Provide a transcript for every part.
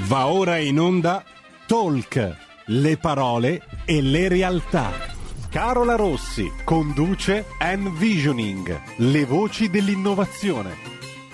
Va ora in onda Talk, le parole e le realtà. Carola Rossi conduce Envisioning, le voci dell'innovazione.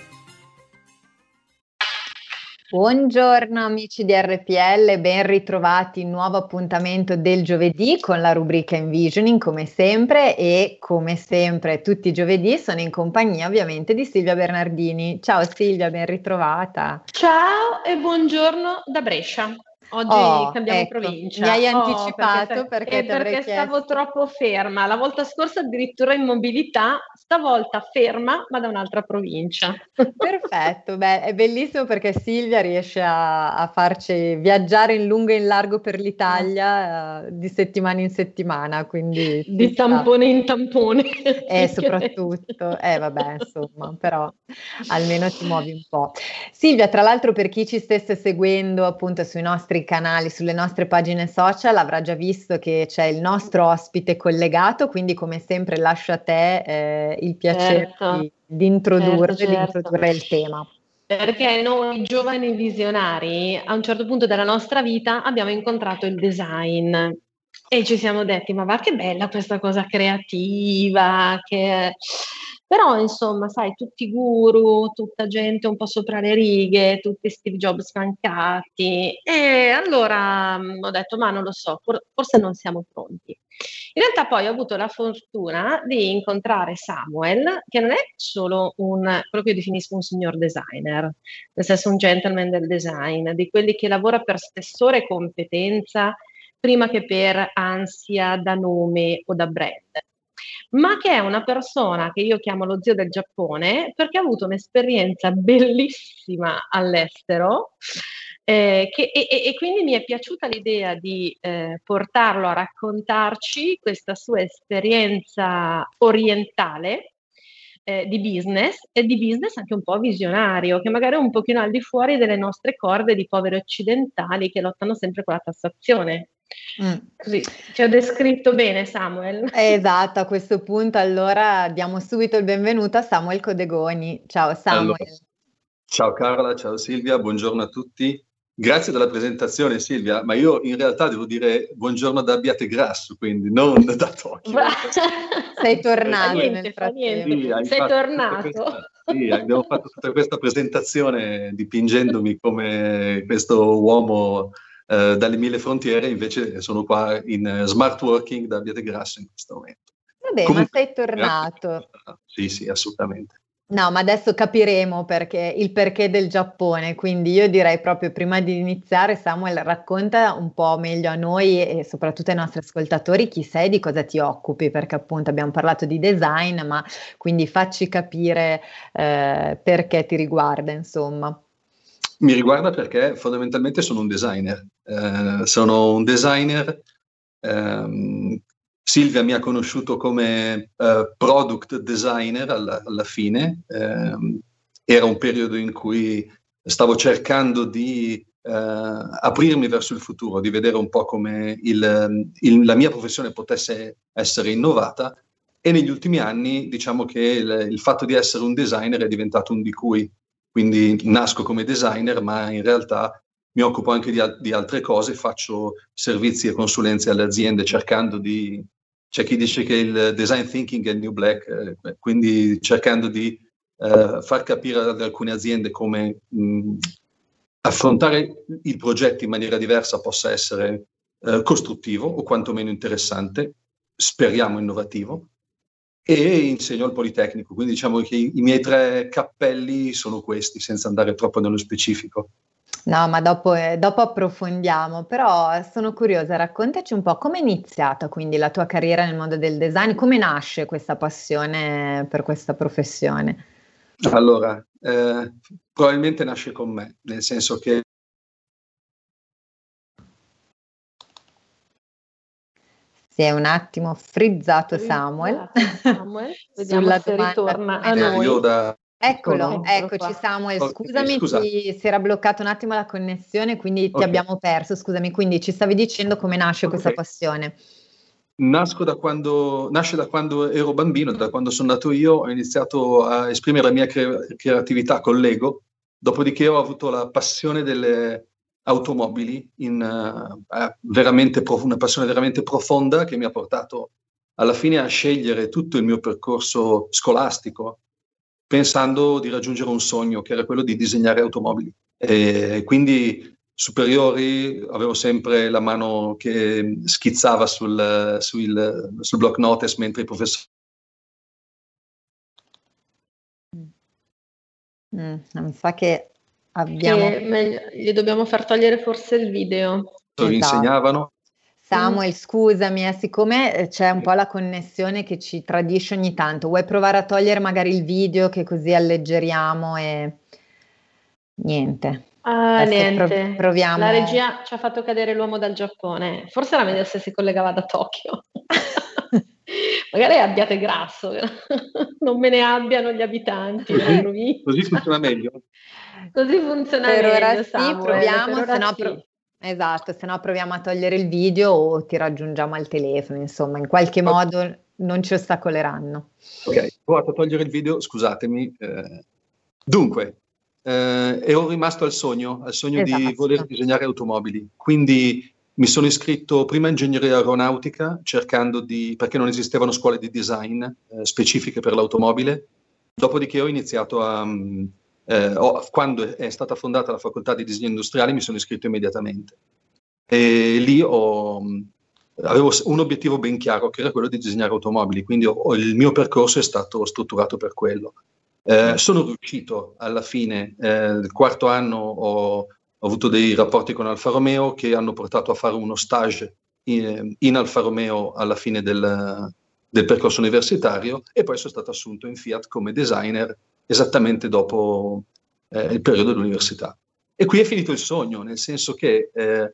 Buongiorno amici di RPL, ben ritrovati in nuovo appuntamento del giovedì con la rubrica Envisioning come sempre, e come sempre tutti i giovedì sono in compagnia ovviamente di Silvia Bernardini. Ciao Silvia, ben ritrovata. Ciao e buongiorno da Brescia. Oggi cambiamo provincia. Mi hai anticipato perché stavo troppo ferma. La volta scorsa addirittura in mobilità, stavolta ferma ma da un'altra provincia. Perfetto, beh, è bellissimo perché Silvia riesce a farci viaggiare in lungo e in largo per l'Italia di settimana in settimana, quindi di tampone in tampone. E soprattutto, vabbè, insomma, però almeno ti muovi un po'. Silvia, tra l'altro, per chi ci stesse seguendo appunto sui nostri canali, sulle nostre pagine social, avrà già visto che c'è il nostro ospite collegato, quindi come sempre lascio a te il piacere di introdurre il tema. Perché noi giovani visionari a un certo punto della nostra vita abbiamo incontrato il design e ci siamo detti ma va che bella questa cosa creativa, però insomma sai, tutti guru, tutta gente un po' sopra le righe, tutti Steve Jobs mancati, e allora ho detto ma non lo so, forse non siamo pronti. In realtà poi ho avuto la fortuna di incontrare Samuel, che non è solo quello che io definisco un signor designer, nel senso un gentleman del design, di quelli che lavora per spessore e competenza prima che per ansia da nome o da brand, ma che è una persona che io chiamo lo zio del Giappone perché ha avuto un'esperienza bellissima all'estero. E quindi mi è piaciuta l'idea di portarlo a raccontarci questa sua esperienza orientale di business, e di business anche un po' visionario, che magari è un pochino al di fuori delle nostre corde di poveri occidentali che lottano sempre con la tassazione. Così, ci ho descritto bene Samuel. Esatto, a questo punto allora diamo subito il benvenuto a Samuel Codegoni. Ciao Samuel. Allora, ciao Carola, ciao Silvia, buongiorno a tutti. Grazie della presentazione Silvia, ma io in realtà devo dire buongiorno da Abbiategrasso, quindi non da Tokyo. Sei tornato nel frattempo. Sì, sei tornato. Abbiamo fatto tutta questa presentazione dipingendomi come questo uomo dalle mille frontiere, invece sono qua in smart working da Abbiategrasso in questo momento. Vabbè, comunque, ma sei tornato. Sì, assolutamente. No, ma adesso capiremo il perché del Giappone, quindi io direi proprio prima di iniziare, Samuel, racconta un po' meglio a noi e soprattutto ai nostri ascoltatori chi sei, di cosa ti occupi, perché appunto abbiamo parlato di design, ma quindi facci capire perché ti riguarda, insomma. Mi riguarda perché fondamentalmente sono un designer. Silvia mi ha conosciuto come product designer alla fine. Era un periodo in cui stavo cercando di aprirmi verso il futuro, di vedere un po' come la mia professione potesse essere innovata, e negli ultimi anni diciamo che il fatto di essere un designer è diventato un di cui. Quindi nasco come designer, ma in realtà mi occupo anche di altre cose, faccio servizi e consulenze alle aziende cercando di... C'è chi dice che il design thinking è il new black, quindi cercando di far capire ad alcune aziende come affrontare il progetto in maniera diversa possa essere costruttivo o quantomeno interessante, speriamo innovativo. E insegno al Politecnico, quindi diciamo che i miei 3 cappelli sono questi, senza andare troppo nello specifico. No, ma dopo approfondiamo, però sono curiosa, raccontaci un po' come è iniziata quindi la tua carriera nel mondo del design, come nasce questa passione per questa professione? Allora, probabilmente nasce con me, nel senso che si è un attimo frizzato Samuel. Vediamo se ritorna a noi. Eccoci Samuel, scusami, si era bloccata un attimo la connessione, quindi ti abbiamo perso, scusami, quindi ci stavi dicendo come nasce questa passione? Nasce da quando ero bambino, da quando sono nato io, ho iniziato a esprimere la mia creatività con Lego, dopodiché ho avuto la passione automobili, veramente una passione veramente profonda che mi ha portato alla fine a scegliere tutto il mio percorso scolastico, pensando di raggiungere un sogno, che era quello di disegnare automobili. E quindi superiori avevo sempre la mano che schizzava sul block notice mentre i professori... Mi sa che abbiamo... Gli dobbiamo far togliere forse il video. insegnavano. Samuel, scusami, siccome c'è un po' la connessione che ci tradisce ogni tanto, vuoi provare a togliere magari il video, che così alleggeriamo e... Niente. Niente. Proviamo. La regia ci ha fatto cadere l'uomo dal Giappone. Forse era meglio se si collegava da Tokyo. Magari abbiate grasso, non me ne abbiano gli abitanti. Così funziona meglio. Così funziona per meglio, ora Samuel, sì, proviamo, per ora se no sì. Esatto, se no proviamo a togliere il video o ti raggiungiamo al telefono, insomma, in qualche modo non ci ostacoleranno. Ok, ho provato a togliere il video, scusatemi. Dunque, ero rimasto al sogno di voler disegnare automobili, quindi mi sono iscritto prima in ingegneria aeronautica, perché non esistevano scuole di design specifiche per l'automobile, dopodiché ho iniziato quando è stata fondata la facoltà di disegno industriale mi sono iscritto immediatamente e lì avevo un obiettivo ben chiaro, che era quello di disegnare automobili, quindi il mio percorso è stato strutturato per quello. Sono riuscito alla fine, del quarto anno ho avuto dei rapporti con Alfa Romeo che hanno portato a fare uno stage in Alfa Romeo alla fine del percorso universitario, e poi sono stato assunto in Fiat come designer esattamente dopo il periodo dell'università. E qui è finito il sogno, nel senso che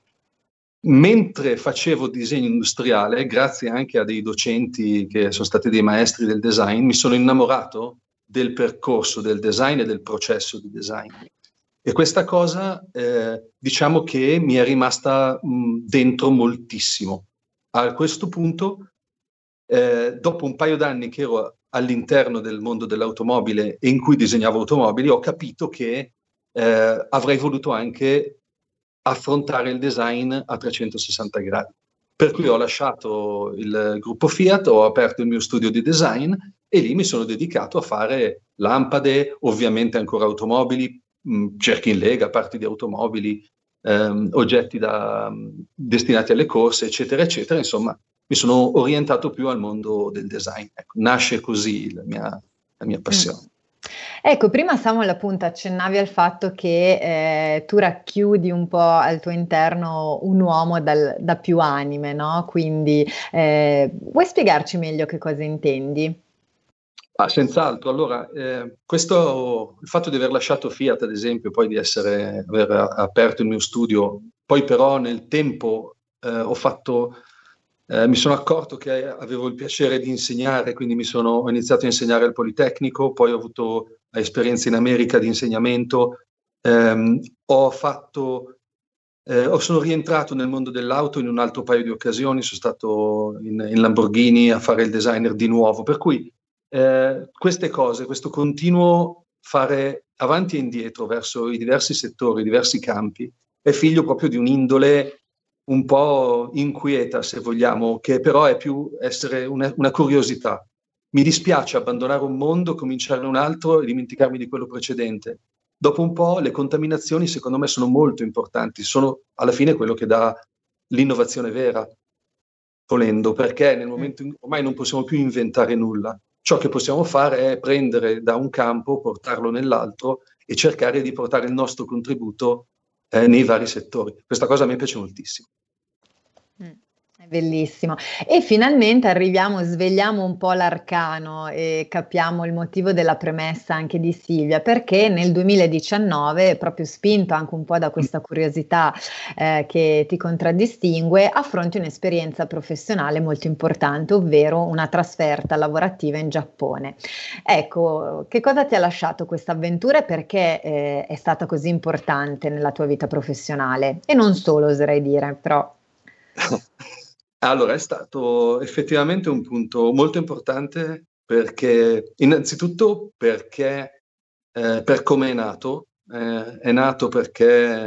mentre facevo disegno industriale, grazie anche a dei docenti che sono stati dei maestri del design, mi sono innamorato del percorso del design e del processo di design. E questa cosa, diciamo che mi è rimasta dentro moltissimo. A questo punto, dopo un paio d'anni che ero all'interno del mondo dell'automobile e in cui disegnavo automobili, ho capito che avrei voluto anche affrontare il design a 360 gradi. Per cui ho lasciato il gruppo Fiat, ho aperto il mio studio di design e lì mi sono dedicato a fare lampade, ovviamente ancora automobili, cerchi in lega, parti di automobili, oggetti destinati alle corse, eccetera, eccetera. Insomma, mi sono orientato più al mondo del design. Ecco, nasce così la mia passione. Ecco, prima Samuel appunto accennavi al fatto che tu racchiudi un po' al tuo interno un uomo da più anime, no? Quindi vuoi spiegarci meglio che cosa intendi? Senz'altro. Allora, il fatto di aver lasciato Fiat, ad esempio, poi di aver aperto il mio studio, poi però nel tempo mi sono accorto che avevo il piacere di insegnare, quindi ho iniziato a insegnare al Politecnico, poi ho avuto esperienze in America di insegnamento, sono rientrato nel mondo dell'auto in un altro paio di occasioni, sono stato in Lamborghini a fare il designer di nuovo, per cui queste cose, questo continuo fare avanti e indietro verso i diversi settori, i diversi campi, è figlio proprio di un'indole un po' inquieta, se vogliamo, che però è più essere una curiosità. Mi dispiace abbandonare un mondo, cominciare un altro e dimenticarmi di quello precedente. Dopo un po' le contaminazioni secondo me sono molto importanti, sono alla fine quello che dà l'innovazione vera, volendo, perché nel momento in cui ormai non possiamo più inventare nulla. Ciò che possiamo fare è prendere da un campo, portarlo nell'altro e cercare di portare il nostro contributo nei vari settori. Questa cosa a me piace moltissimo. È bellissimo. E finalmente svegliamo un po' l'arcano e capiamo il motivo della premessa anche di Silvia, perché nel 2019, proprio spinto anche un po' da questa curiosità che ti contraddistingue, affronti un'esperienza professionale molto importante, ovvero una trasferta lavorativa in Giappone. Ecco, che cosa ti ha lasciato questa avventura e perché è stata così importante nella tua vita professionale? E non solo, oserei dire, però... Allora, è stato effettivamente un punto molto importante perché, innanzitutto, per come è nato perché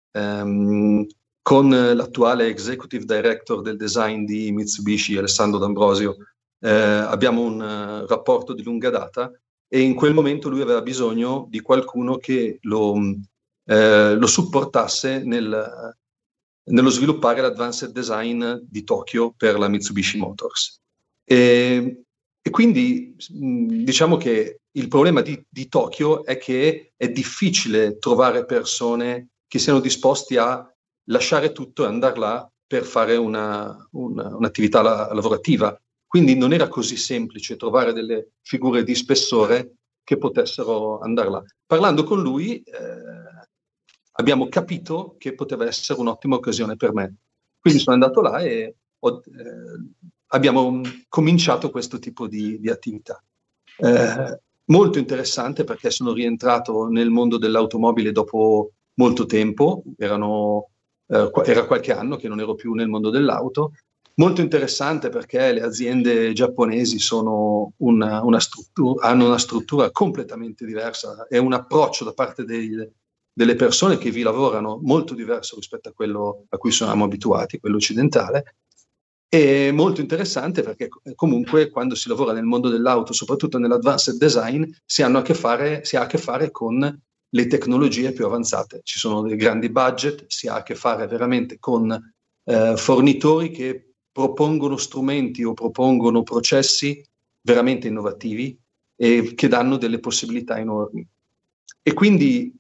con l'attuale executive director del design di Mitsubishi, Alessandro D'Ambrosio, abbiamo un rapporto di lunga data, e in quel momento lui aveva bisogno di qualcuno che lo supportasse nello sviluppare l'advanced design di Tokyo per la Mitsubishi Motors. E quindi diciamo che il problema di Tokyo è che è difficile trovare persone che siano disposti a lasciare tutto e andare là per fare un'attività lavorativa. Quindi non era così semplice trovare delle figure di spessore che potessero andare là. Parlando con lui abbiamo capito che poteva essere un'ottima occasione per me. Quindi sono andato là e abbiamo cominciato questo tipo di attività. Molto interessante, perché sono rientrato nel mondo dell'automobile dopo molto tempo, era qualche anno che non ero più nel mondo dell'auto. Molto interessante perché le aziende giapponesi hanno una struttura completamente diversa e un approccio da parte delle persone che vi lavorano molto diverso rispetto a quello a cui siamo abituati, quello occidentale. È molto interessante perché comunque quando si lavora nel mondo dell'auto, soprattutto nell'advanced design, si ha a che fare con le tecnologie più avanzate. Ci sono dei grandi budget, si ha a che fare veramente con fornitori che propongono strumenti o propongono processi veramente innovativi e che danno delle possibilità enormi. E quindi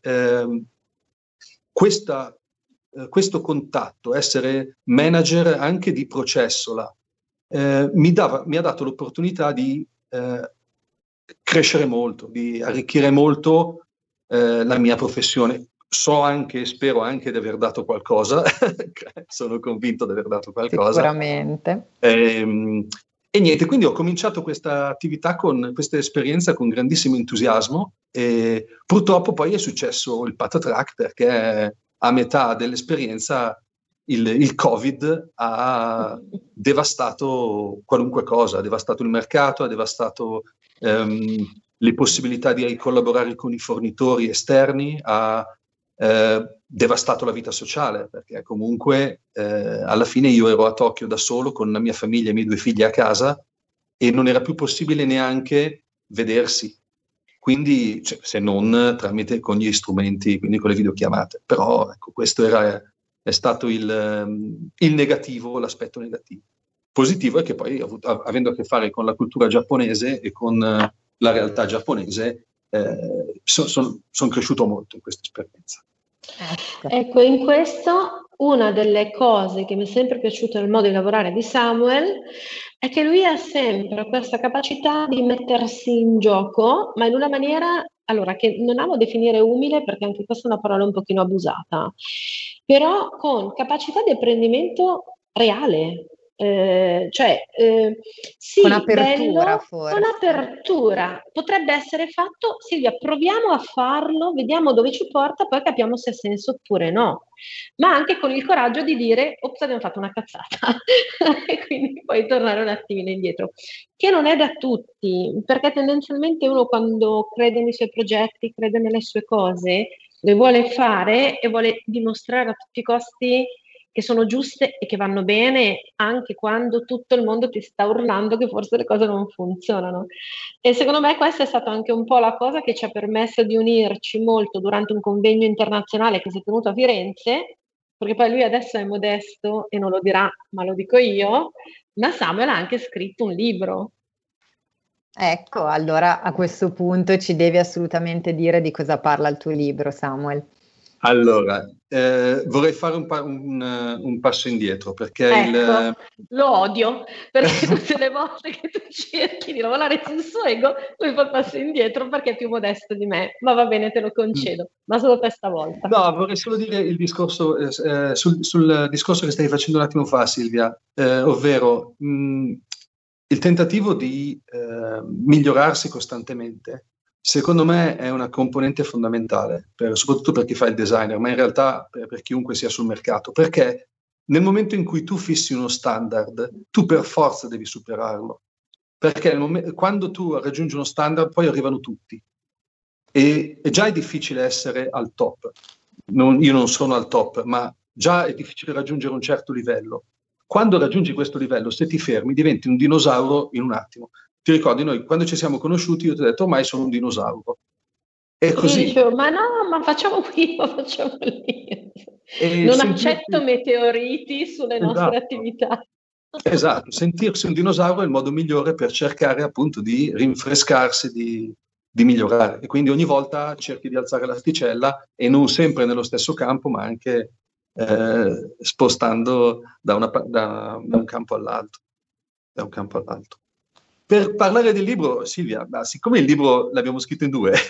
questo contatto, essere manager anche di processo là, mi ha dato l'opportunità di crescere molto, di arricchire molto la mia professione. Spero anche di aver dato qualcosa, sono convinto di aver dato qualcosa. Sicuramente. E niente, quindi ho cominciato questa attività, con questa esperienza, con grandissimo entusiasmo, e purtroppo poi è successo il patatrac, perché a metà dell'esperienza il Covid ha devastato qualunque cosa, ha devastato il mercato, ha devastato le possibilità di collaborare con i fornitori esterni, ha devastato la vita sociale, perché comunque alla fine io ero a Tokyo da solo con la mia famiglia e i miei 2 figli a casa, e non era più possibile neanche vedersi, quindi se non tramite con gli strumenti, quindi con le videochiamate. Però ecco, questo è stato il negativo, l'aspetto negativo. Positivo è che poi, avendo a che fare con la cultura giapponese e con la realtà giapponese, sono cresciuto molto in questa esperienza. Ecco, in questo una delle cose che mi è sempre piaciuto nel modo di lavorare di Samuel è che lui ha sempre questa capacità di mettersi in gioco, ma in una maniera, allora, che non amo definire umile, perché anche questa è una parola un pochino abusata, però con capacità di apprendimento reale. Sì, con apertura, bello, forse. con apertura. Potrebbe essere fatto, Silvia, proviamo a farlo, vediamo dove ci porta, poi capiamo se ha senso oppure no. Ma anche con il coraggio di dire, ops, abbiamo fatto una cazzata, e quindi poi tornare un attimino indietro. Che non è da tutti, perché tendenzialmente uno, quando crede nei suoi progetti, crede nelle sue cose, le vuole fare e vuole dimostrare a tutti i costi che sono giuste e che vanno bene, anche quando tutto il mondo ti sta urlando che forse le cose non funzionano. E secondo me questa è stata anche un po' la cosa che ci ha permesso di unirci molto durante un convegno internazionale che si è tenuto a Firenze, perché poi lui adesso è modesto e non lo dirà, ma lo dico io, ma Samuel ha anche scritto un libro. Ecco, allora a questo punto ci devi assolutamente dire di cosa parla il tuo libro, Samuel. Allora, vorrei fare un passo indietro, perché ecco, lo odio, perché tutte le volte che tu cerchi di lavorare sul suo ego, lui fa passo indietro perché è più modesto di me, ma va bene, te lo concedo, ma solo questa volta. No, vorrei solo dire il discorso sul discorso che stavi facendo un attimo fa, Silvia, ovvero il tentativo di migliorarsi costantemente. Secondo me è una componente fondamentale, soprattutto per chi fa il designer, ma in realtà per chiunque sia sul mercato, perché nel momento in cui tu fissi uno standard, tu per forza devi superarlo, perché quando tu raggiungi uno standard poi arrivano tutti, e già è difficile essere al top. io non sono al top, ma già è difficile raggiungere un certo livello. Quando raggiungi questo livello, se ti fermi, diventi un dinosauro in un attimo. Ti ricordi, noi quando ci siamo conosciuti, io ti ho detto ormai sono un dinosauro. È così. Io dicevo, ma no, ma facciamo qui, ma facciamo lì. E Non sentirsi... accetto meteoriti sulle nostre attività. Esatto, sentirsi un dinosauro è il modo migliore per cercare appunto di rinfrescarsi, di migliorare. E quindi ogni volta cerchi di alzare l'asticella, e non sempre nello stesso campo, ma anche spostando da un campo all'altro. Da un campo all'altro. Per parlare del libro, Silvia, siccome il libro l'abbiamo scritto in 2.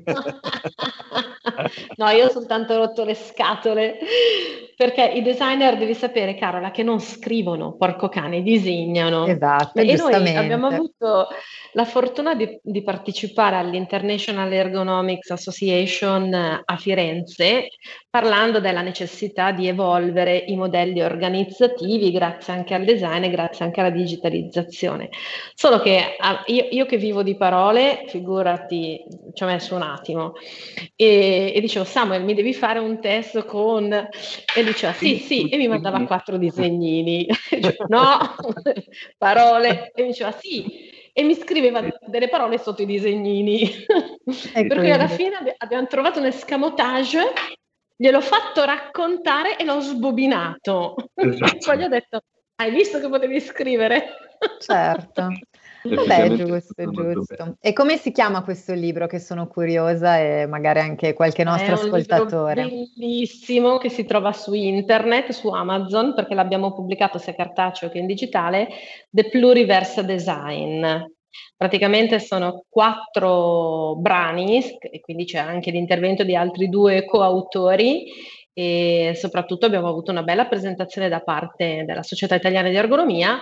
No, io ho soltanto rotto le scatole, perché i designer, devi sapere, Carola, che non scrivono, porco cane, disegnano. Esatto, E noi giustamente. abbiamo avuto la fortuna di partecipare all'International Ergonomics Association a Firenze, parlando della necessità di evolvere i modelli organizzativi grazie anche al design e grazie anche alla digitalizzazione. Solo che io che vivo di parole, figurati, ci ho messo un attimo, e dicevo, Samuel, mi devi fare un test con... E diceva, sì, e mi mandava 4 disegnini. No, parole, e mi diceva, sì, e mi scriveva delle parole sotto i disegnini. Per cui alla fine abbiamo trovato un escamotage, gliel'ho fatto raccontare e l'ho sbobinato. Esatto. Poi gli ho detto, hai visto che potevi scrivere? Certo. Vabbè, giusto. E come si chiama questo libro, che sono curiosa, e magari anche qualche nostro ascoltatore? È un libro bellissimo che si trova su internet, su Amazon, perché l'abbiamo pubblicato sia cartaceo che in digitale, The Pluriverse Design. Praticamente sono 4 brani, e quindi c'è anche l'intervento di altri 2 coautori, e soprattutto abbiamo avuto una bella presentazione da parte della Società Italiana di Ergonomia,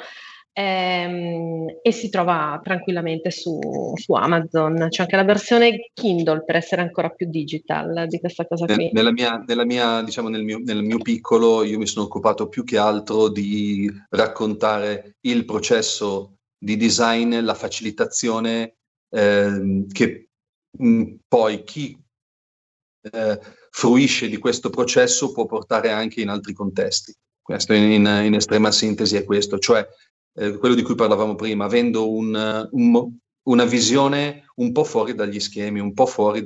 e si trova tranquillamente su Amazon. C'è anche la versione Kindle per essere ancora più digital di questa cosa qui. Nella mia, diciamo, nel mio piccolo, io mi sono occupato più che altro di raccontare il processo di design, la facilitazione, che poi chi fruisce di questo processo può portare anche in altri contesti. Questo in estrema sintesi è questo, cioè quello di cui parlavamo prima, avendo una visione un po' fuori dagli schemi, un po' fuori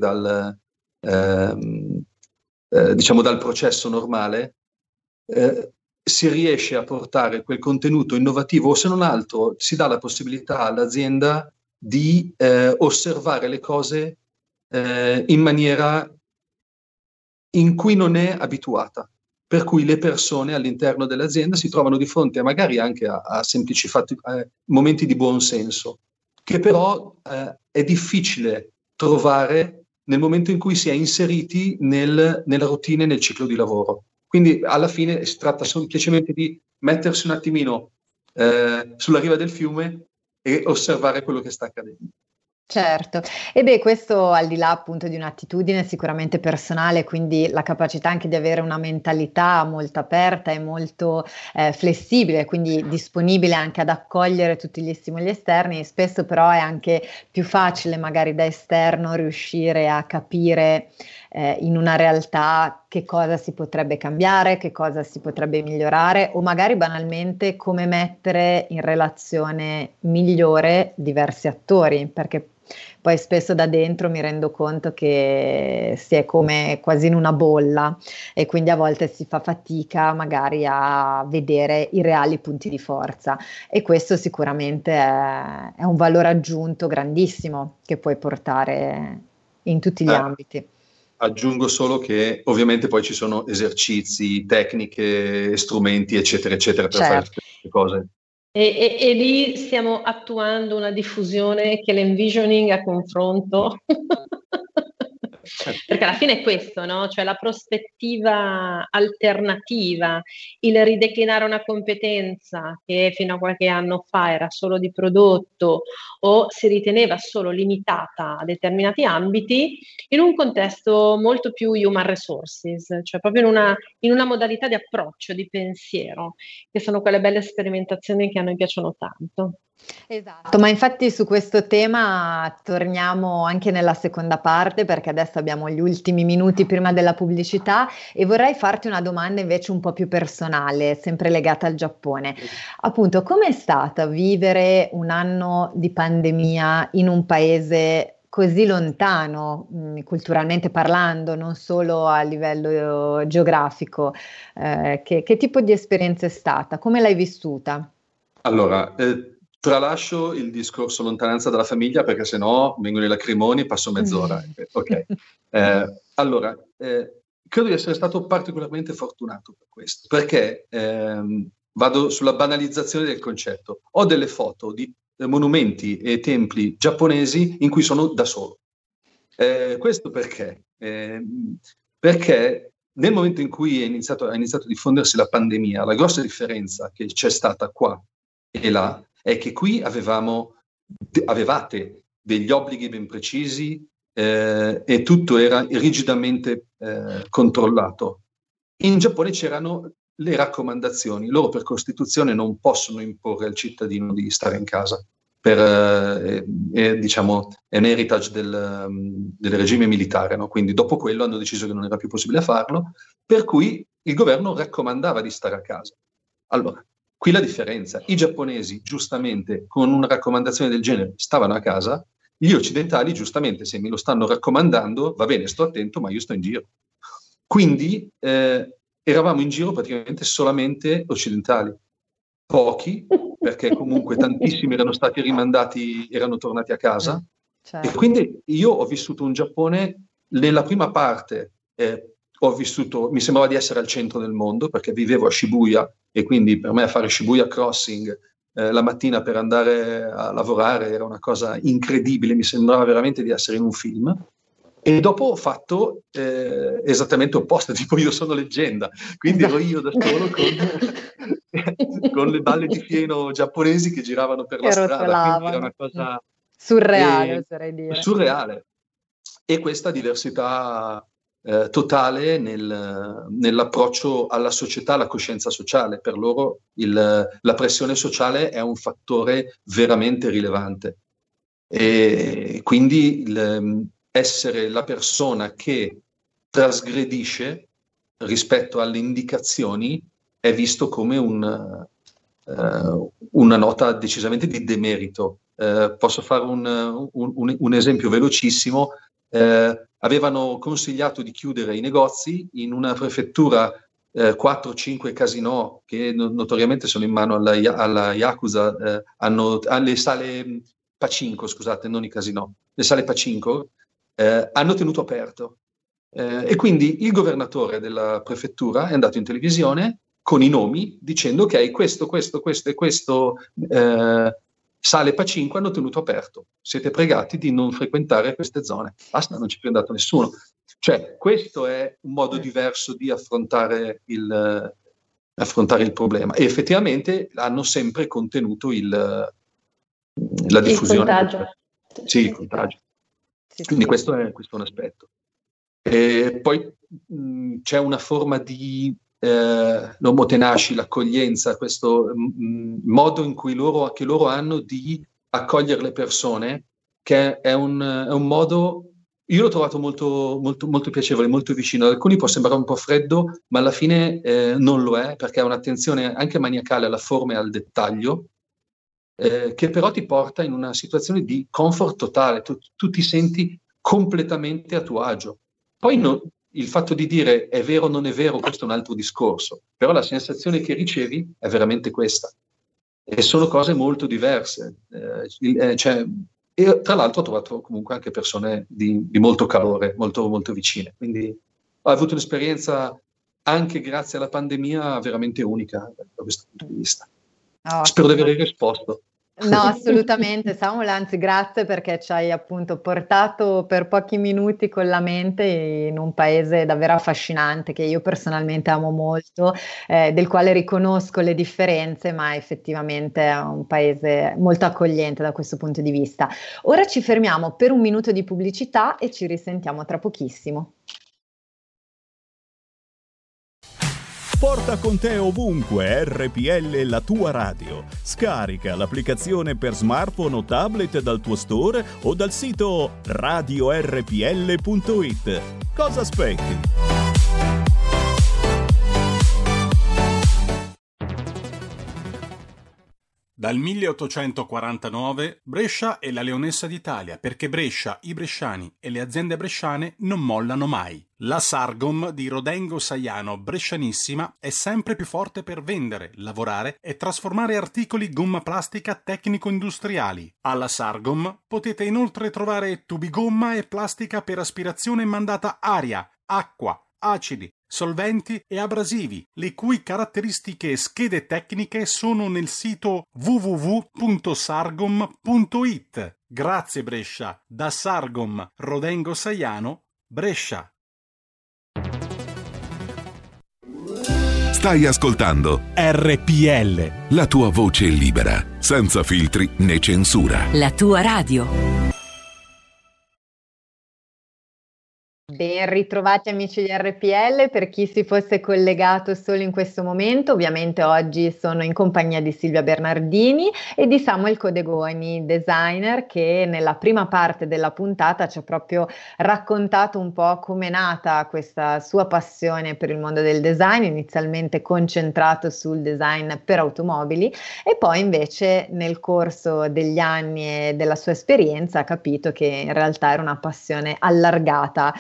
diciamo dal processo normale, si riesce a portare quel contenuto innovativo, o se non altro si dà la possibilità all'azienda di osservare le cose in maniera in cui non è abituata. Per cui le persone all'interno dell'azienda si trovano di fronte magari anche a semplici fatti, momenti di buon senso, che però è difficile trovare nel momento in cui si è inseriti nella routine, nel ciclo di lavoro. Quindi alla fine si tratta semplicemente di mettersi un attimino sulla riva del fiume e osservare quello che sta accadendo. Certo, e beh, questo al di là appunto di un'attitudine sicuramente personale, quindi la capacità anche di avere una mentalità molto aperta e molto flessibile, quindi disponibile anche ad accogliere tutti gli stimoli esterni. Spesso però è anche più facile magari da esterno riuscire a capire in una realtà che cosa si potrebbe cambiare, che cosa si potrebbe migliorare, o magari banalmente come mettere in relazione migliore diversi attori, perché poi spesso da dentro mi rendo conto che si è come quasi in una bolla, e quindi a volte si fa fatica magari a vedere i reali punti di forza, e questo sicuramente è un valore aggiunto grandissimo che puoi portare in tutti gli ambiti. Aggiungo solo che ovviamente poi ci sono esercizi, tecniche, strumenti, eccetera, eccetera, per fare queste cose. E lì stiamo attuando una diffusione che l'envisioning a confronto, perché alla fine è questo, no? Cioè la prospettiva alternativa, il rideclinare una competenza che fino a qualche anno fa era solo di prodotto o si riteneva solo limitata a determinati ambiti, in un contesto molto più human resources, cioè proprio in una modalità di approccio, di pensiero, che sono quelle belle sperimentazioni che a noi piacciono tanto. Esatto, ma infatti su questo tema torniamo anche nella seconda parte, perché adesso abbiamo gli ultimi minuti prima della pubblicità e vorrei farti una domanda invece un po' più personale, sempre legata al Giappone. Appunto, com'è stato vivere un anno di pandemia in un paese così lontano, culturalmente parlando, non solo a livello geografico? Che tipo di esperienza è stata? Come l'hai vissuta? Allora, tralascio il discorso lontananza dalla famiglia perché sennò vengono i lacrimoni, passo mezz'ora. Ok. Allora, credo di essere stato particolarmente fortunato per questo, perché vado sulla banalizzazione del concetto. Ho delle foto di monumenti e templi giapponesi in cui sono da solo. Questo perché? Perché nel momento in cui ha iniziato a diffondersi la pandemia, la grossa differenza che c'è stata qua e là è che qui avevate degli obblighi ben precisi e tutto era rigidamente controllato. In Giappone c'erano le raccomandazioni. Loro per Costituzione non possono imporre al cittadino di stare in casa. Diciamo, è un heritage del regime militare, no? Quindi dopo quello hanno deciso che non era più possibile farlo, per cui il governo raccomandava di stare a casa. Allora, qui la differenza, i giapponesi giustamente con una raccomandazione del genere stavano a casa, gli occidentali giustamente se me lo stanno raccomandando, va bene, sto attento, ma io sto in giro. Quindi eravamo in giro praticamente solamente occidentali, pochi, perché comunque tantissimi erano stati rimandati, erano tornati a casa, certo. E quindi io ho vissuto un Giappone, nella prima parte mi sembrava di essere al centro del mondo, perché vivevo a Shibuya, e quindi per me fare Shibuya Crossing la mattina per andare a lavorare era una cosa incredibile, mi sembrava veramente di essere in un film. E dopo ho fatto esattamente opposto, tipo io sono leggenda, quindi ero io da solo con le balle di fieno giapponesi che giravano per la strada, quindi era una cosa surreale, oserei dire. Surreale. E questa diversità totale nell'approccio alla società, alla coscienza sociale. Per loro la pressione sociale è un fattore veramente rilevante. E quindi essere la persona che trasgredisce rispetto alle indicazioni è visto come una nota decisamente di demerito. Posso fare un esempio velocissimo. Avevano consigliato di chiudere i negozi in una prefettura 4-5 casinò che notoriamente sono in mano alla Yakuza, hanno le sale Pacinco, scusate, non i casinò, le sale Pacinco, hanno tenuto aperto. E quindi il governatore della prefettura è andato in televisione con i nomi dicendo ok, questo e questo sale Pacinco hanno tenuto aperto, siete pregati di non frequentare queste zone, basta, non c'è più andato nessuno. Cioè questo è un modo diverso di affrontare il problema, e effettivamente hanno sempre contenuto la diffusione. Il contagio. Sì, il contagio. Quindi questo è un aspetto. E poi c'è una forma di l'omotenashi, l'accoglienza, questo modo in cui loro hanno di accogliere le persone, che è un modo, io l'ho trovato molto, molto, molto piacevole, molto vicino. Ad alcuni può sembrare un po' freddo, ma alla fine non lo è, perché ha un'attenzione anche maniacale alla forma e al dettaglio, che però ti porta in una situazione di comfort totale, tu ti senti completamente a tuo agio. Poi il fatto di dire è vero o non è vero, questo è un altro discorso, però la sensazione che ricevi è veramente questa. E sono cose molto diverse. E tra l'altro ho trovato comunque anche persone di molto calore, molto, molto vicine. Quindi ho avuto un'esperienza, anche grazie alla pandemia, veramente unica da questo punto di vista. Oh, spero di aver risposto. No, assolutamente, Samuel, anzi grazie perché ci hai appunto portato per pochi minuti con la mente in un paese davvero affascinante che io personalmente amo molto, del quale riconosco le differenze, ma effettivamente è un paese molto accogliente da questo punto di vista. Ora ci fermiamo per un minuto di pubblicità e ci risentiamo tra pochissimo. Porta con te ovunque RPL, la tua radio. Scarica l'applicazione per smartphone o tablet dal tuo store o dal sito radiorpl.it. Cosa aspetti? Dal 1849 Brescia è la leonessa d'Italia, perché Brescia, i bresciani e le aziende bresciane non mollano mai. La Sargom di Rodengo Saiano Brescianissima è sempre più forte per vendere, lavorare e trasformare articoli gomma plastica tecnico-industriali. Alla Sargom potete inoltre trovare tubi gomma e plastica per aspirazione mandata aria, acqua, acidi, solventi e abrasivi, le cui caratteristiche e schede tecniche sono nel sito www.sargom.it. Grazie Brescia, da Sargom Rodengo Saiano, Brescia. Stai ascoltando RPL, la tua voce libera, senza filtri né censura. La tua radio. Ben ritrovati amici di RPL, per chi si fosse collegato solo in questo momento, ovviamente oggi sono in compagnia di Silvia Bernardini e di Samuel Codegoni, designer, che nella prima parte della puntata ci ha proprio raccontato un po' come è nata questa sua passione per il mondo del design, inizialmente concentrato sul design per automobili e poi invece nel corso degli anni e della sua esperienza ha capito che in realtà era una passione allargata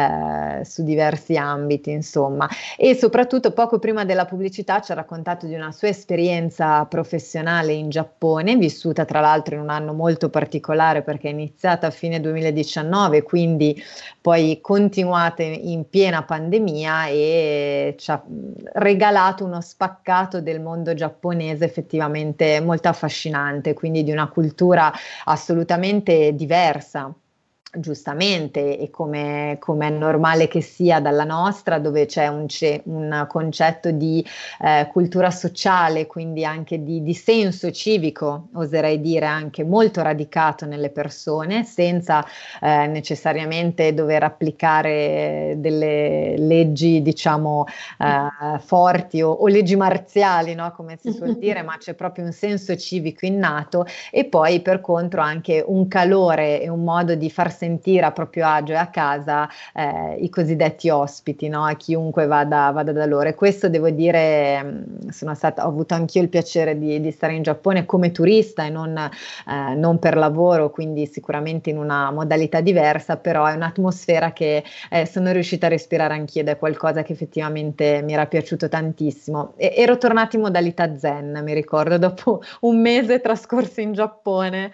su diversi ambiti, insomma, e soprattutto poco prima della pubblicità ci ha raccontato di una sua esperienza professionale in Giappone, vissuta tra l'altro in un anno molto particolare perché è iniziata a fine 2019, quindi poi continuata in piena pandemia, e ci ha regalato uno spaccato del mondo giapponese effettivamente molto affascinante, quindi di una cultura assolutamente diversa, giustamente, e come è normale che sia dalla nostra, dove c'è un concetto di cultura sociale, quindi anche di senso civico, oserei dire anche molto radicato nelle persone, senza necessariamente dover applicare delle leggi, diciamo, forti o leggi marziali, no? Come si suol dire, ma c'è proprio un senso civico innato, e poi per contro anche un calore e un modo di far sentire a proprio agio e a casa i cosiddetti ospiti, no? A chiunque vada da loro. E questo devo dire, ho avuto anch'io il piacere di stare in Giappone come turista e non per lavoro, quindi sicuramente in una modalità diversa, però è un'atmosfera che sono riuscita a respirare anch'io ed è qualcosa che effettivamente mi era piaciuto tantissimo. Ero tornata in modalità zen, mi ricordo, dopo un mese trascorso in Giappone,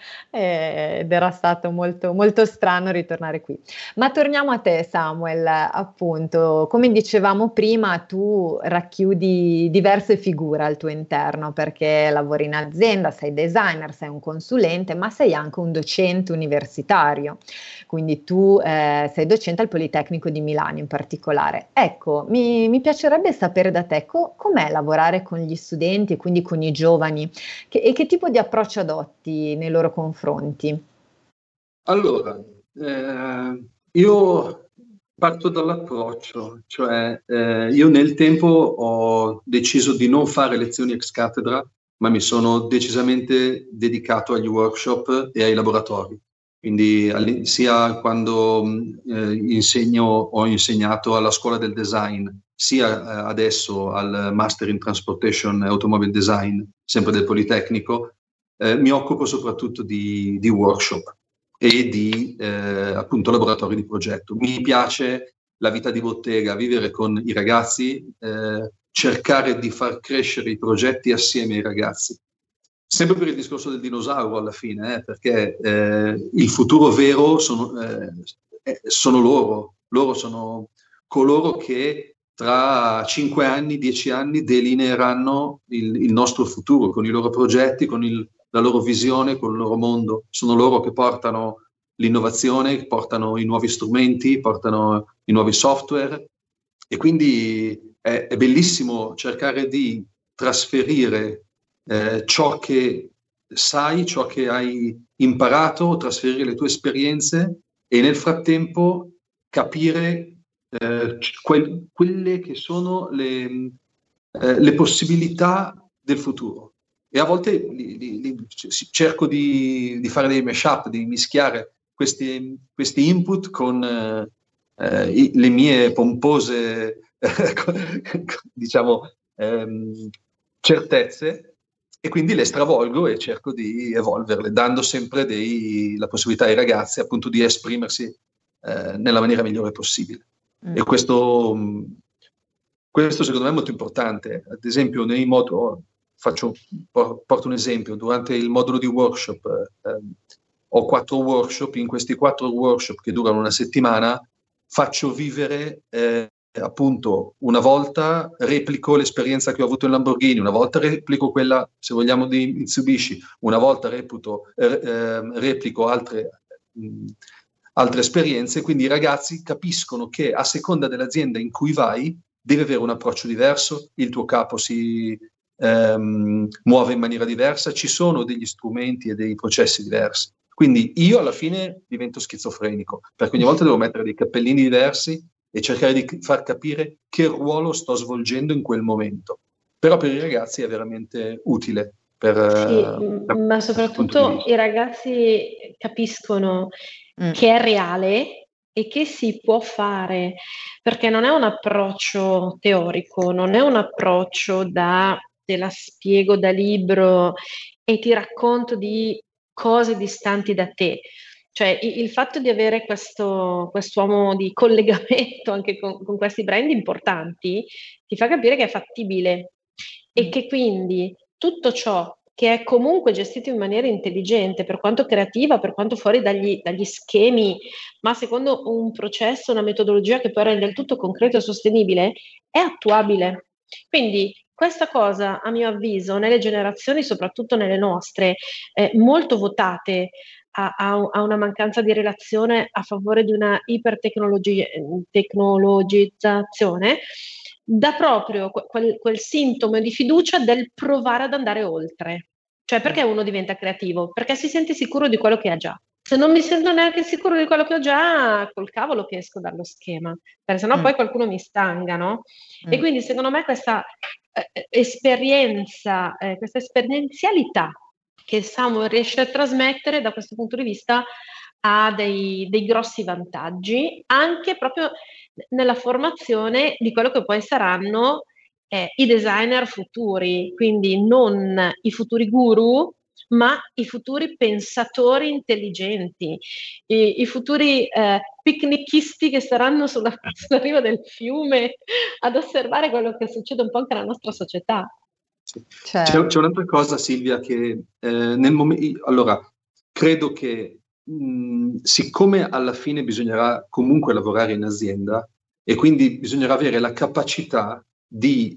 ed era stato molto, molto strano ritornare qui. Ma torniamo a te, Samuel. Appunto, come dicevamo prima, tu racchiudi diverse figure al tuo interno, perché lavori in azienda, sei designer, sei un consulente, ma sei anche un docente universitario. Quindi tu sei docente al Politecnico di Milano in particolare. Ecco, mi piacerebbe sapere da te com'è lavorare con gli studenti e quindi con i giovani, e che tipo di approccio adotti nei loro confronti? Allora, io parto dall'approccio, cioè io nel tempo ho deciso di non fare lezioni ex cattedra, ma mi sono decisamente dedicato agli workshop e ai laboratori. Quindi sia quando ho insegnato alla scuola del design, sia adesso al Master in Transportation e Automobile Design, sempre del Politecnico, mi occupo soprattutto di workshop e di appunto laboratori di progetto. Mi piace la vita di bottega, vivere con i ragazzi, cercare di far crescere i progetti assieme ai ragazzi. Sempre per il discorso del dinosauro alla fine, perché il futuro vero sono loro sono coloro che tra 5 anni, 10 anni delineeranno il nostro futuro con i loro progetti, con la loro visione, con il loro mondo. Sono loro che portano l'innovazione, portano i nuovi strumenti, portano i nuovi software, e quindi è bellissimo cercare di trasferire ciò che sai, ciò che hai imparato, trasferire le tue esperienze e nel frattempo capire quelle che sono le possibilità del futuro. E a volte cerco di fare dei mashup, di mischiare questi input con le mie pompose diciamo certezze, e quindi le stravolgo e cerco di evolverle, dando sempre la possibilità ai ragazzi appunto di esprimersi nella maniera migliore possibile. E questo secondo me è molto importante. Ad esempio porto un esempio: durante il modulo di workshop ho 4 workshop. In questi 4 workshop, che durano una settimana, faccio vivere appunto, una volta replico l'esperienza che ho avuto in Lamborghini, una volta replico quella, se vogliamo, di Mitsubishi, una volta replico altre esperienze. Quindi i ragazzi capiscono che a seconda dell'azienda in cui vai deve avere un approccio diverso, il tuo capo si muove in maniera diversa, ci sono degli strumenti e dei processi diversi. Quindi io alla fine divento schizofrenico, perché ogni volta devo mettere dei cappellini diversi e cercare di far capire che ruolo sto svolgendo in quel momento. Però per i ragazzi è veramente utile. Ma soprattutto i ragazzi capiscono che è reale e che si può fare, perché non è un approccio teorico, non è un approccio te la spiego da libro e ti racconto di cose distanti da te. Cioè il fatto di avere quest'uomo di collegamento anche con questi brand importanti ti fa capire che è fattibile e che quindi tutto ciò che è comunque gestito in maniera intelligente, per quanto creativa, per quanto fuori dagli schemi, ma secondo un processo, una metodologia che poi rende il tutto concreto e sostenibile, è attuabile. Quindi questa cosa, a mio avviso, nelle generazioni, soprattutto nelle nostre, molto votate a una mancanza di relazione a favore di una ipertecnologizzazione, dà proprio quel sintomo di fiducia del provare ad andare oltre. Cioè, perché uno diventa creativo? Perché si sente sicuro di quello che ha già. Se non mi sento neanche sicuro di quello che ho già, col cavolo che esco dallo schema, perché sennò poi qualcuno mi stanga, no? E quindi secondo me questa esperienza, questa esperienzialità che Samuel riesce a trasmettere da questo punto di vista ha dei grossi vantaggi, anche proprio nella formazione di quello che poi saranno i designer futuri, quindi non i futuri guru, ma i futuri pensatori intelligenti, i futuri picnicisti che saranno sulla riva del fiume ad osservare quello che succede un po' anche nella nostra società. Certo. C'è un'altra cosa, Silvia, che allora, credo che siccome alla fine bisognerà comunque lavorare in azienda e quindi bisognerà avere la capacità di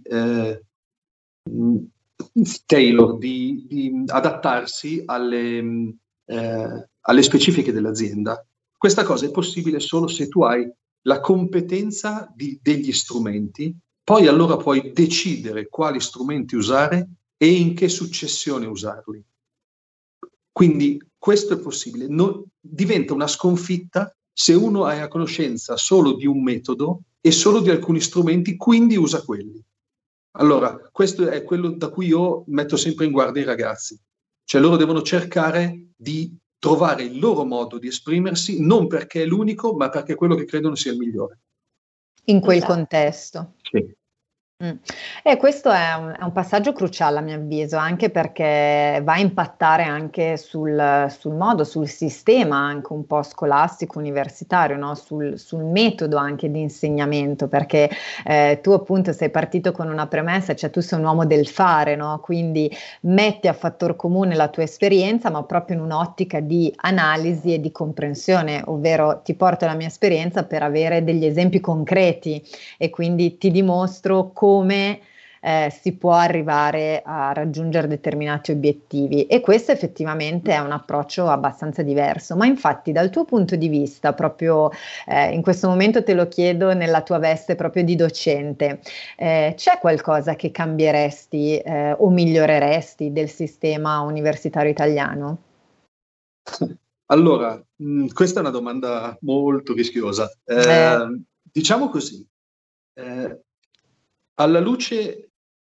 di adattarsi alle specifiche dell'azienda. Questa cosa è possibile solo se tu hai la competenza degli strumenti, poi allora puoi decidere quali strumenti usare e in che successione usarli. Quindi questo è possibile. Diventa una sconfitta se uno è a conoscenza solo di un metodo e solo di alcuni strumenti, quindi usa quelli. Allora, questo è quello da cui io metto sempre in guardia i ragazzi. Cioè loro devono cercare di trovare il loro modo di esprimersi, non perché è l'unico, ma perché è quello che credono sia il migliore. In quel contesto. Sì. E questo è un passaggio cruciale a mio avviso, anche perché va a impattare anche sul modo, sul sistema anche un po' scolastico, universitario, no? sul metodo anche di insegnamento, perché tu appunto sei partito con una premessa, cioè tu sei un uomo del fare, no? Quindi metti a fattor comune la tua esperienza, ma proprio in un'ottica di analisi e di comprensione, ovvero ti porto la mia esperienza per avere degli esempi concreti e quindi ti dimostro come si può arrivare a raggiungere determinati obiettivi, e questo effettivamente è un approccio abbastanza diverso. Ma infatti dal tuo punto di vista, proprio in questo momento te lo chiedo nella tua veste proprio di docente, c'è qualcosa che cambieresti o miglioreresti del sistema universitario italiano? Allora, questa è una domanda molto rischiosa. Diciamo così, alla luce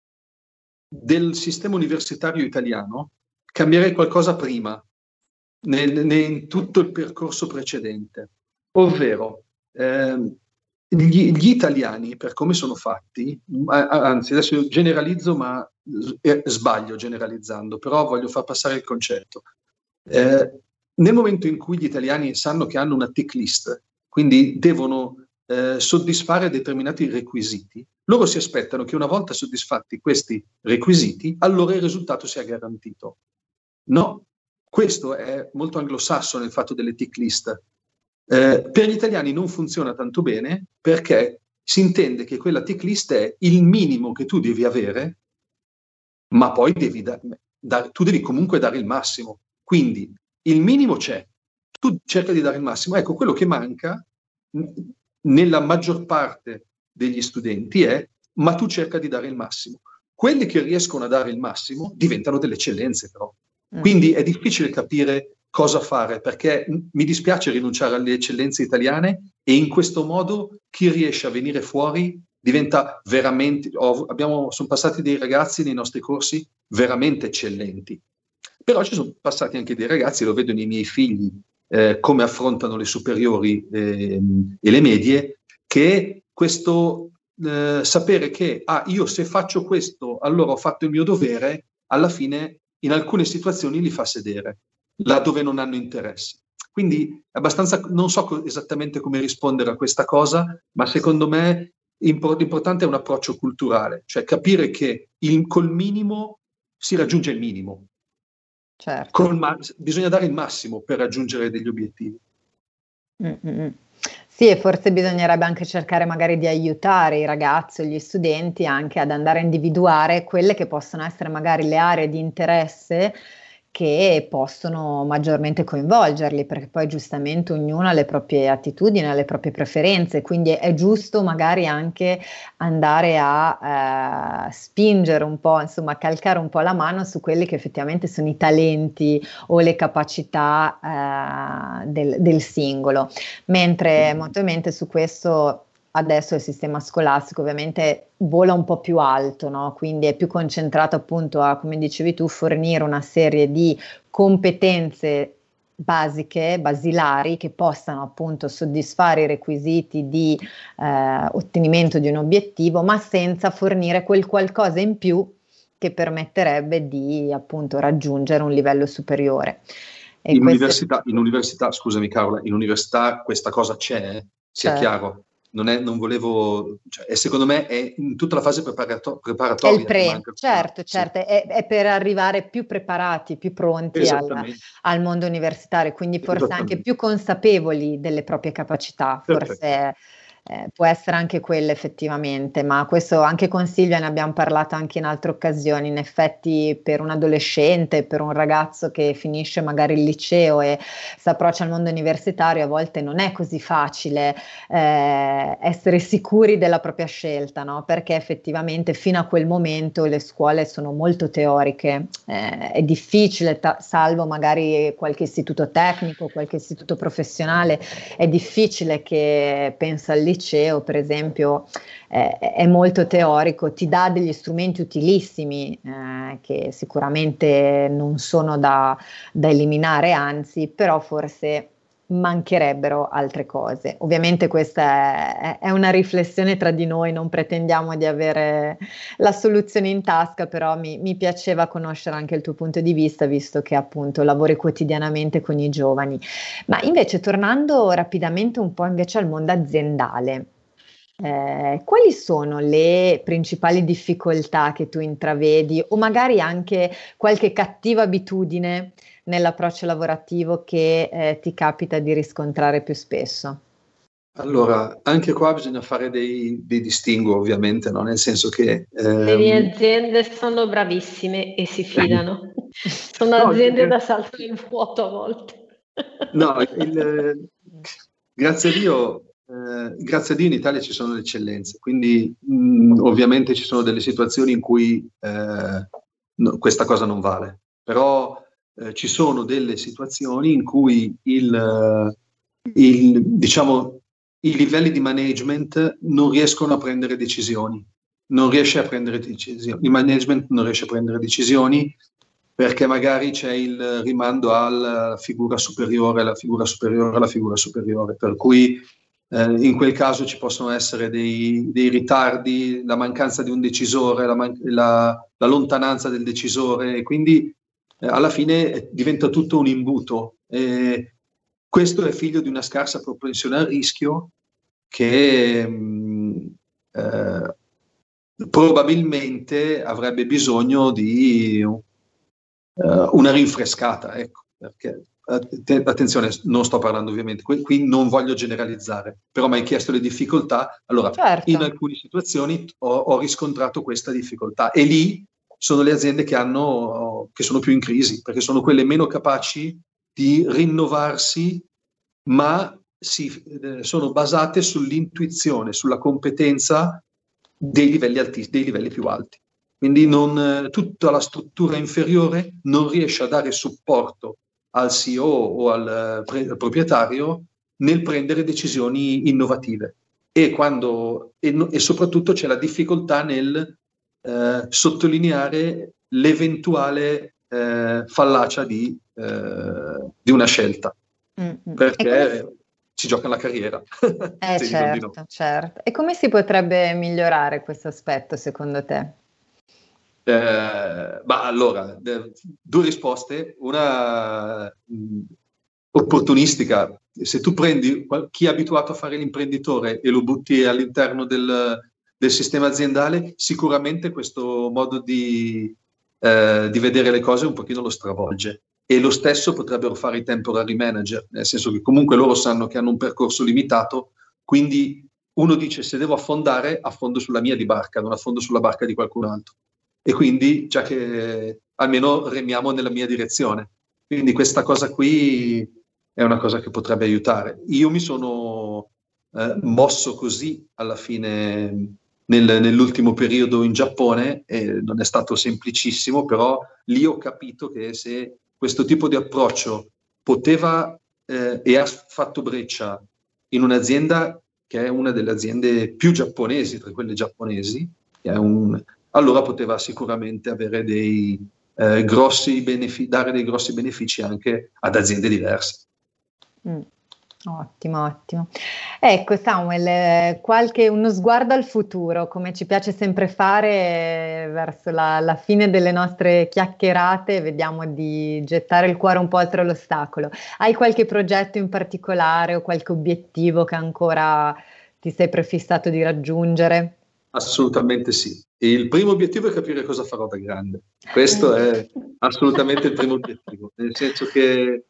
del sistema universitario italiano, cambierei qualcosa prima, in tutto il percorso precedente. Ovvero, gli italiani, per come sono fatti, anzi adesso generalizzo, ma sbaglio generalizzando, però voglio far passare il concetto. Nel momento in cui gli italiani sanno che hanno una tick list, quindi devono soddisfare determinati requisiti, loro si aspettano che una volta soddisfatti questi requisiti, allora il risultato sia garantito. No, questo è molto anglosassone il fatto delle tick list. Per gli italiani non funziona tanto bene perché si intende che quella tick list è il minimo che tu devi avere, ma poi tu devi comunque dare il massimo. Quindi il minimo c'è, tu cerca di dare il massimo. Ecco, quello che manca nella maggior parte degli studenti è, ma tu cerca di dare il massimo. Quelli che riescono a dare il massimo diventano delle eccellenze, però. Quindi è difficile capire cosa fare, perché mi dispiace rinunciare alle eccellenze italiane, e in questo modo chi riesce a venire fuori diventa veramente, sono passati dei ragazzi nei nostri corsi veramente eccellenti, però ci sono passati anche dei ragazzi, lo vedo nei miei figli, come affrontano le superiori e le medie, che questo sapere che io se faccio questo allora ho fatto il mio dovere, alla fine in alcune situazioni li fa sedere là dove non hanno interesse. Quindi abbastanza, non so esattamente come rispondere a questa cosa, ma secondo me l'importante è un approccio culturale, cioè capire che col minimo si raggiunge il minimo. Certo. Bisogna dare il massimo per raggiungere degli obiettivi. Sì, e forse bisognerebbe anche cercare magari di aiutare i ragazzi o gli studenti anche ad andare a individuare quelle che possono essere magari le aree di interesse che possono maggiormente coinvolgerli, perché poi giustamente ognuno ha le proprie attitudini, ha le proprie preferenze, quindi è giusto magari anche andare a spingere un po', insomma, calcare un po' la mano su quelli che effettivamente sono i talenti o le capacità del singolo, mentre molto ovviamente su questo adesso il sistema scolastico ovviamente vola un po' più alto, no? Quindi è più concentrato appunto a, come dicevi tu, fornire una serie di competenze basiche, basilari, che possano appunto soddisfare i requisiti di ottenimento di un obiettivo, ma senza fornire quel qualcosa in più che permetterebbe di appunto raggiungere un livello superiore. E in università, scusami Carola, in università questa cosa c'è, sia chiaro. Non volevo, cioè, secondo me è in tutta la fase preparatoria. È il certo, sì. È per arrivare più preparati, più pronti al mondo universitario, quindi forse anche più consapevoli delle proprie capacità, forse può essere anche quello effettivamente, ma questo anche con Silvia ne abbiamo parlato anche in altre occasioni. In effetti per un adolescente, per un ragazzo che finisce magari il liceo e si approccia al mondo universitario, a volte non è così facile essere sicuri della propria scelta, no? Perché effettivamente fino a quel momento le scuole sono molto teoriche, è difficile, salvo magari qualche istituto tecnico, qualche istituto professionale, è difficile che pensa al liceo, per esempio, è molto teorico, ti dà degli strumenti utilissimi che sicuramente non sono da eliminare, anzi, però forse mancherebbero altre cose. Ovviamente questa è una riflessione tra di noi, non pretendiamo di avere la soluzione in tasca, però mi piaceva conoscere anche il tuo punto di vista, visto che appunto lavori quotidianamente con i giovani. Ma invece, tornando rapidamente un po' invece al mondo aziendale, quali sono le principali difficoltà che tu intravedi, o magari anche qualche cattiva abitudine nell'approccio lavorativo che ti capita di riscontrare più spesso? Allora, anche qua bisogna fare dei distinguo, ovviamente, no? Nel senso che le mie aziende sono bravissime e si fidano. Sono aziende da salto in vuoto a volte. No, grazie a Dio in Italia ci sono le eccellenze, quindi ovviamente ci sono delle situazioni in cui questa cosa non vale, però ci sono delle situazioni in cui diciamo, i livelli di management non riescono a prendere decisioni non riesce a prendere decisioni, il management non riesce a prendere decisioni perché magari c'è il rimando alla figura superiore, alla figura superiore, alla figura superiore, per cui in quel caso ci possono essere dei ritardi, la mancanza di un decisore, la lontananza del decisore, e quindi alla fine diventa tutto un imbuto. Questo è figlio di una scarsa propensione al rischio che probabilmente avrebbe bisogno di una rinfrescata, ecco, perché attenzione, non sto parlando ovviamente, qui non voglio generalizzare, però mi hai chiesto le difficoltà, allora certo. In alcune situazioni ho riscontrato questa difficoltà, e lì sono le aziende che sono più in crisi, perché sono quelle meno capaci di rinnovarsi, ma sono basate sull'intuizione, sulla competenza dei livelli più alti. Quindi tutta la struttura inferiore non riesce a dare supporto al CEO o al proprietario nel prendere decisioni innovative, e soprattutto c'è la difficoltà nel sottolineare l'eventuale fallacia di una scelta, perché si gioca la carriera. Certo. E come si potrebbe migliorare questo aspetto secondo te? Allora, due risposte, una opportunistica. Se tu prendi chi è abituato a fare l'imprenditore e lo butti all'interno del sistema aziendale, sicuramente questo modo di vedere le cose un pochino lo stravolge. E lo stesso potrebbero fare i temporary manager, nel senso che comunque loro sanno che hanno un percorso limitato, quindi uno dice: se devo affondare, affondo sulla mia di barca, non affondo sulla barca di qualcun altro. E quindi già che almeno remiamo nella mia direzione. Quindi questa cosa qui è una cosa che potrebbe aiutare. Io mi sono mosso così alla fine nell'ultimo periodo in Giappone, e non è stato semplicissimo, però lì ho capito che se questo tipo di approccio poteva e ha fatto breccia in un'azienda che è una delle aziende più giapponesi tra quelle giapponesi, che è allora poteva sicuramente avere dare dei grossi benefici anche ad aziende diverse. Ottimo. Ecco Samuel, uno sguardo al futuro, come ci piace sempre fare verso la fine delle nostre chiacchierate, vediamo di gettare il cuore un po' oltre l'ostacolo. Hai qualche progetto in particolare o qualche obiettivo che ancora ti sei prefissato di raggiungere? Assolutamente sì. Il primo obiettivo è capire cosa farò da grande. Questo è assolutamente il primo obiettivo, nel senso che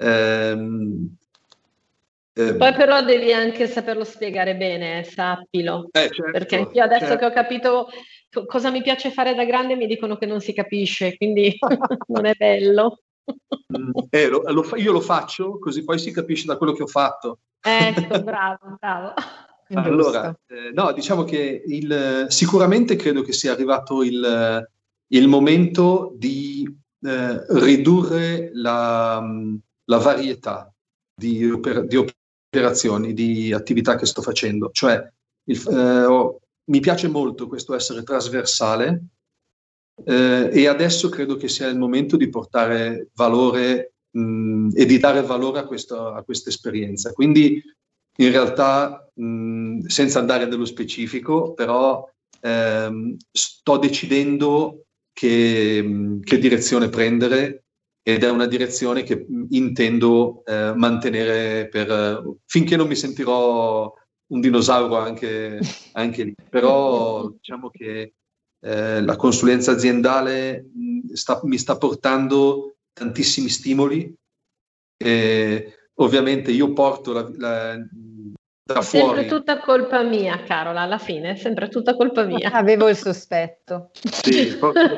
poi però devi anche saperlo spiegare bene, sappilo, certo, perché anch'io adesso che ho capito cosa mi piace fare da grande mi dicono che non si capisce, quindi non è bello. Io lo faccio, così poi si capisce da quello che ho fatto. Ecco, bravo. Allora, no, diciamo che sicuramente credo che sia arrivato il momento di ridurre la varietà di operazioni, di attività che sto facendo. Cioè, mi piace molto questo essere trasversale, e adesso credo che sia il momento di portare valore e di dare valore a questa esperienza. Quindi in realtà, senza andare nello specifico, però sto decidendo che direzione prendere, ed è una direzione che intendo mantenere finché non mi sentirò un dinosauro anche lì. Però diciamo che la consulenza aziendale mi sta portando tantissimi stimoli. Ovviamente io porto da fuori. Sempre tutta colpa mia, Carola, alla fine è sempre tutta colpa mia. Avevo il sospetto. Sì,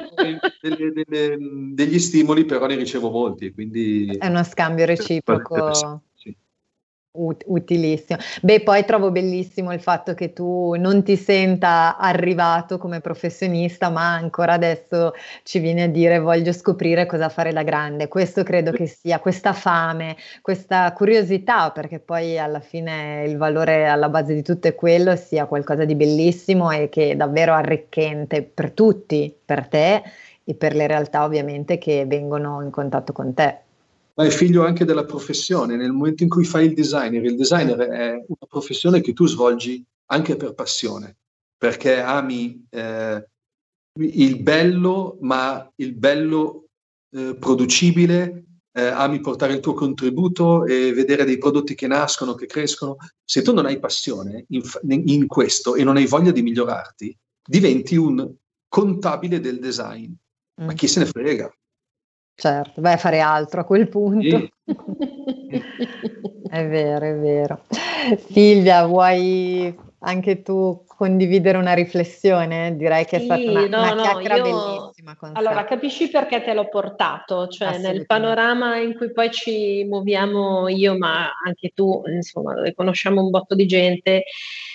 degli stimoli, però ne ricevo molti, quindi è uno scambio reciproco. Sì. Utilissimo. Beh, poi trovo bellissimo il fatto che tu non ti senta arrivato come professionista, ma ancora adesso ci vieni a dire voglio scoprire cosa fare da grande. Questo credo che sia questa fame, questa curiosità, perché poi alla fine il valore alla base di tutto è quello, sia qualcosa di bellissimo e che è davvero arricchente per tutti, per te e per le realtà ovviamente che vengono in contatto con te. Ma è figlio anche della professione. Nel momento in cui fai il designer è una professione che tu svolgi anche per passione, perché ami il bello, ma il bello producibile, ami portare il tuo contributo e vedere dei prodotti che nascono, che crescono. Se tu non hai passione in questo e non hai voglia di migliorarti, diventi un contabile del design. Ma chi se ne frega? Certo, vai a fare altro a quel punto. Sì. È vero, è vero. Silvia, vuoi anche tu condividere una riflessione? Direi che è stata una chiacchiera bellissima con Allora, te. capisci perché te l'ho portato, cioè nel panorama in cui poi ci muoviamo io, ma anche tu, insomma, dove conosciamo un botto di gente.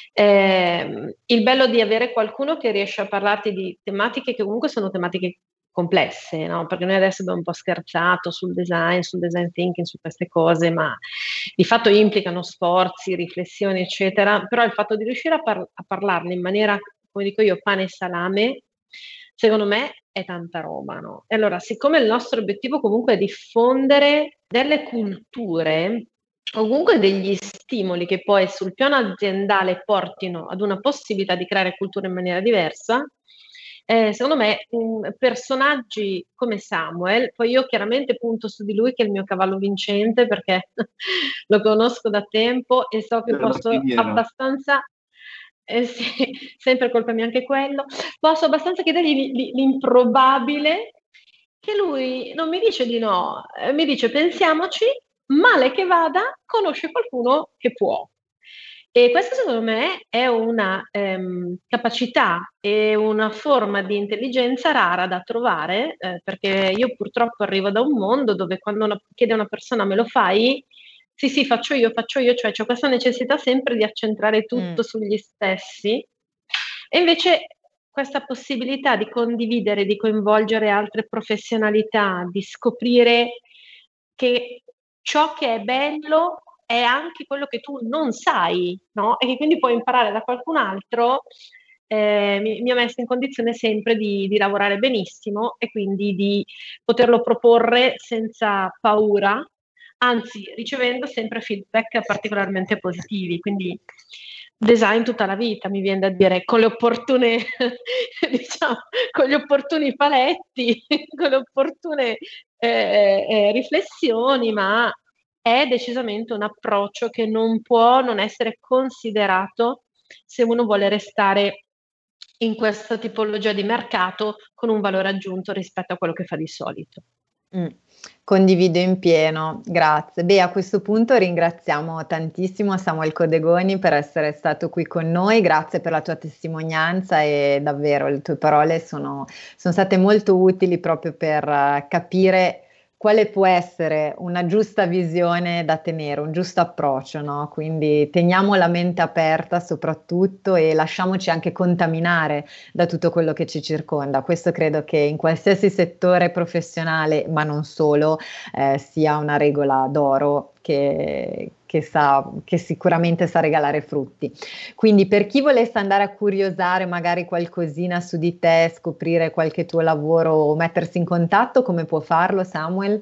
Il bello di avere qualcuno che riesce a parlarti di tematiche che comunque sono tematiche complesse, no? Perché noi adesso abbiamo un po' scherzato sul design thinking, su queste cose, ma di fatto implicano sforzi, riflessioni, eccetera. Però il fatto di riuscire a parlarne in maniera, come dico io, pane e salame, secondo me è tanta roba, no? E allora, siccome il nostro obiettivo comunque è diffondere delle culture, o comunque degli stimoli che poi sul piano aziendale portino ad una possibilità di creare culture in maniera diversa, secondo me personaggi come Samuel, poi io chiaramente punto su di lui che è il mio cavallo vincente perché lo conosco da tempo e so che posso abbastanza, sì, sempre colpa mia anche quello, posso abbastanza chiedergli l'improbabile che lui non mi dice di no, mi dice pensiamoci, male che vada, conosce qualcuno che può. E questa secondo me è una capacità e una forma di intelligenza rara da trovare, perché io purtroppo arrivo da un mondo dove quando chiede una persona me lo fai, sì, faccio io, cioè c'è questa necessità sempre di accentrare tutto sugli stessi, e invece questa possibilità di condividere, di coinvolgere altre professionalità, di scoprire che ciò che è bello è anche quello che tu non sai, no? E che quindi puoi imparare da qualcun altro, mi ha messo in condizione sempre di lavorare benissimo e quindi di poterlo proporre senza paura, anzi ricevendo sempre feedback particolarmente positivi, quindi design tutta la vita, mi viene da dire, con le opportune, diciamo, con gli opportuni paletti, con le opportune riflessioni, ma è decisamente un approccio che non può non essere considerato se uno vuole restare in questa tipologia di mercato con un valore aggiunto rispetto a quello che fa di solito. Condivido in pieno, grazie. Beh, a questo punto ringraziamo tantissimo Samuel Codegoni per essere stato qui con noi, grazie per la tua testimonianza e davvero le tue parole sono state molto utili proprio per capire quale può essere una giusta visione da tenere, un giusto approccio, no? Quindi teniamo la mente aperta soprattutto e lasciamoci anche contaminare da tutto quello che ci circonda. Questo credo che in qualsiasi settore professionale, ma non solo, sia una regola d'oro che sicuramente sa regalare frutti. Quindi per chi volesse andare a curiosare magari qualcosina su di te, scoprire qualche tuo lavoro o mettersi in contatto, come può farlo, Samuel?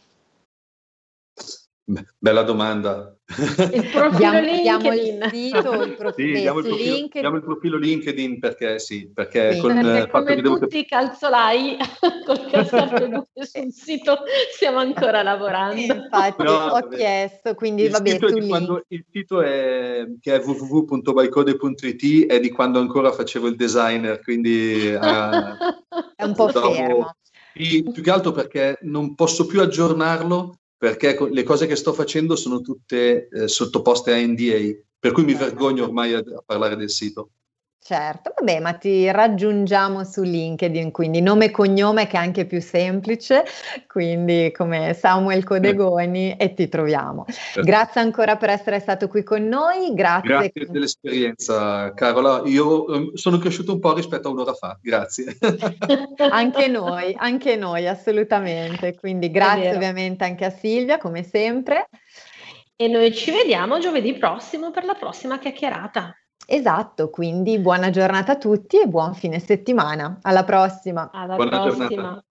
Bella domanda. Il profilo LinkedIn. Diamo il profilo LinkedIn perché sì, perché come tutti i calzolai col cascabel sul sito stiamo ancora lavorando. Infatti ho chiesto, quindi il sito è che è www.bycode.it, è di quando ancora facevo il designer, quindi è un po' fermo. Più che altro perché non posso più aggiornarlo, perché le cose che sto facendo sono tutte sottoposte a NDA, per cui mi vergogno ormai a parlare del sito. Certo, vabbè, ma ti raggiungiamo su LinkedIn, quindi nome e cognome che è anche più semplice, quindi come Samuel Codegoni e ti troviamo. Grazie ancora per essere stato qui con noi, Grazie dell'esperienza, Carola. Io sono cresciuto un po' rispetto a un'ora fa, grazie. Anche noi, assolutamente. Quindi grazie ovviamente anche a Silvia, come sempre. E noi ci vediamo giovedì prossimo per la prossima chiacchierata. Esatto, quindi buona giornata a tutti e buon fine settimana. Alla prossima. Alla Buona prossima. giornata.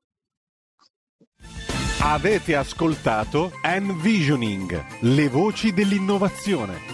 Avete ascoltato Envisioning, le voci dell'innovazione.